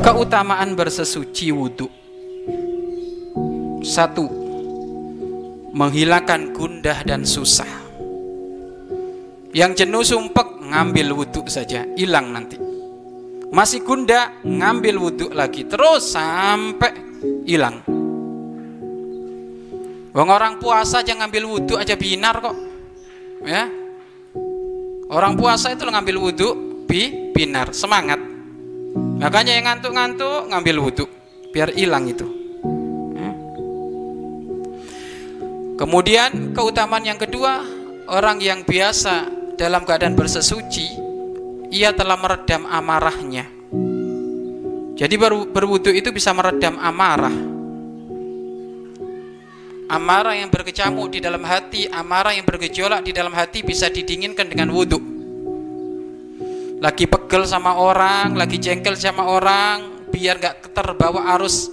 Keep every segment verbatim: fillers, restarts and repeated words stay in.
Keutamaan bersesuci wudhu. Satu, menghilangkan gundah dan susah. Yang jenuh sumpek, ngambil wudhu saja, hilang nanti. Masih gundah, ngambil wudhu lagi, terus sampai hilang. Wong orang puasa aja ngambil wudhu aja binar kok, ya. Orang puasa itu ngambil wudhu bi binar, semangat. Makanya yang ngantuk-ngantuk ngambil wudhu biar hilang itu. Kemudian keutamaan yang kedua, orang yang biasa dalam keadaan bersesuci, ia telah meredam amarahnya. Jadi ber, berwudhu itu bisa meredam amarah. Amarah yang berkecamuk di dalam hati, amarah yang bergejolak di dalam hati bisa didinginkan dengan wudhu. Lagi pegel sama orang, lagi jengkel sama orang, biar gak terbawa arus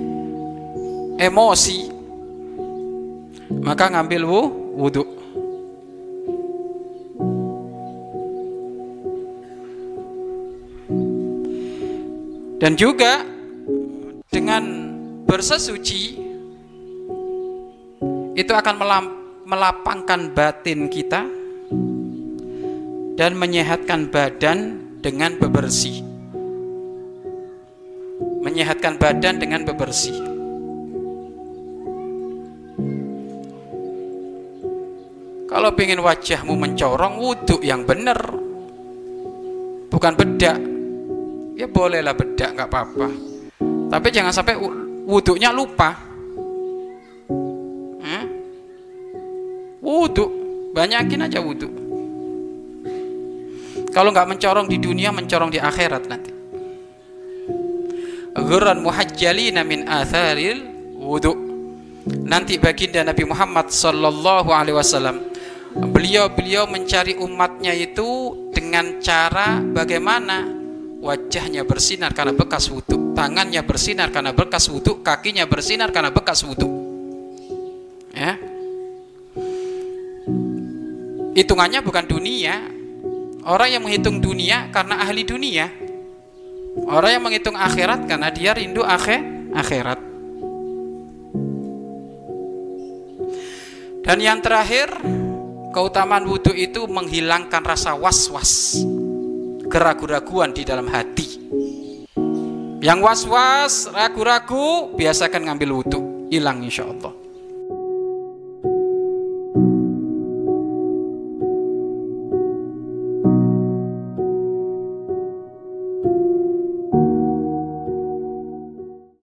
emosi, maka ngambil wudhu. Dan juga dengan bersesuci itu akan melapangkan batin kita dan menyehatkan badan dengan bebersih. Menyehatkan badan dengan bebersih. Kalau pengen wajahmu mencorong, wudhu yang benar, bukan bedak. Ya bolehlah bedak, nggak apa-apa. Tapi jangan sampai wudhunya lupa. Hmm? Wudhu, banyakin aja wudhu. Kalau nggak mencorong di dunia, mencorong di akhirat nanti. Ghurran muhajjalina min atharil wudhu. Nanti baginda Nabi Muhammad sallallahu alaihi wasallam, beliau-beliau mencari umatnya itu dengan cara bagaimana wajahnya bersinar karena bekas wudhu, tangannya bersinar karena bekas wudhu, kakinya bersinar karena bekas wudhu. Ya. Hitungannya bukan dunia. Orang yang menghitung dunia karena ahli dunia. Orang yang menghitung akhirat karena dia rindu akhir, akhirat. Dan yang terakhir, keutamaan wudhu itu menghilangkan rasa was-was, keraguan-raguan di dalam hati. Yang was-was, ragu-ragu, biasakan ngambil wudhu, hilang insya Allah.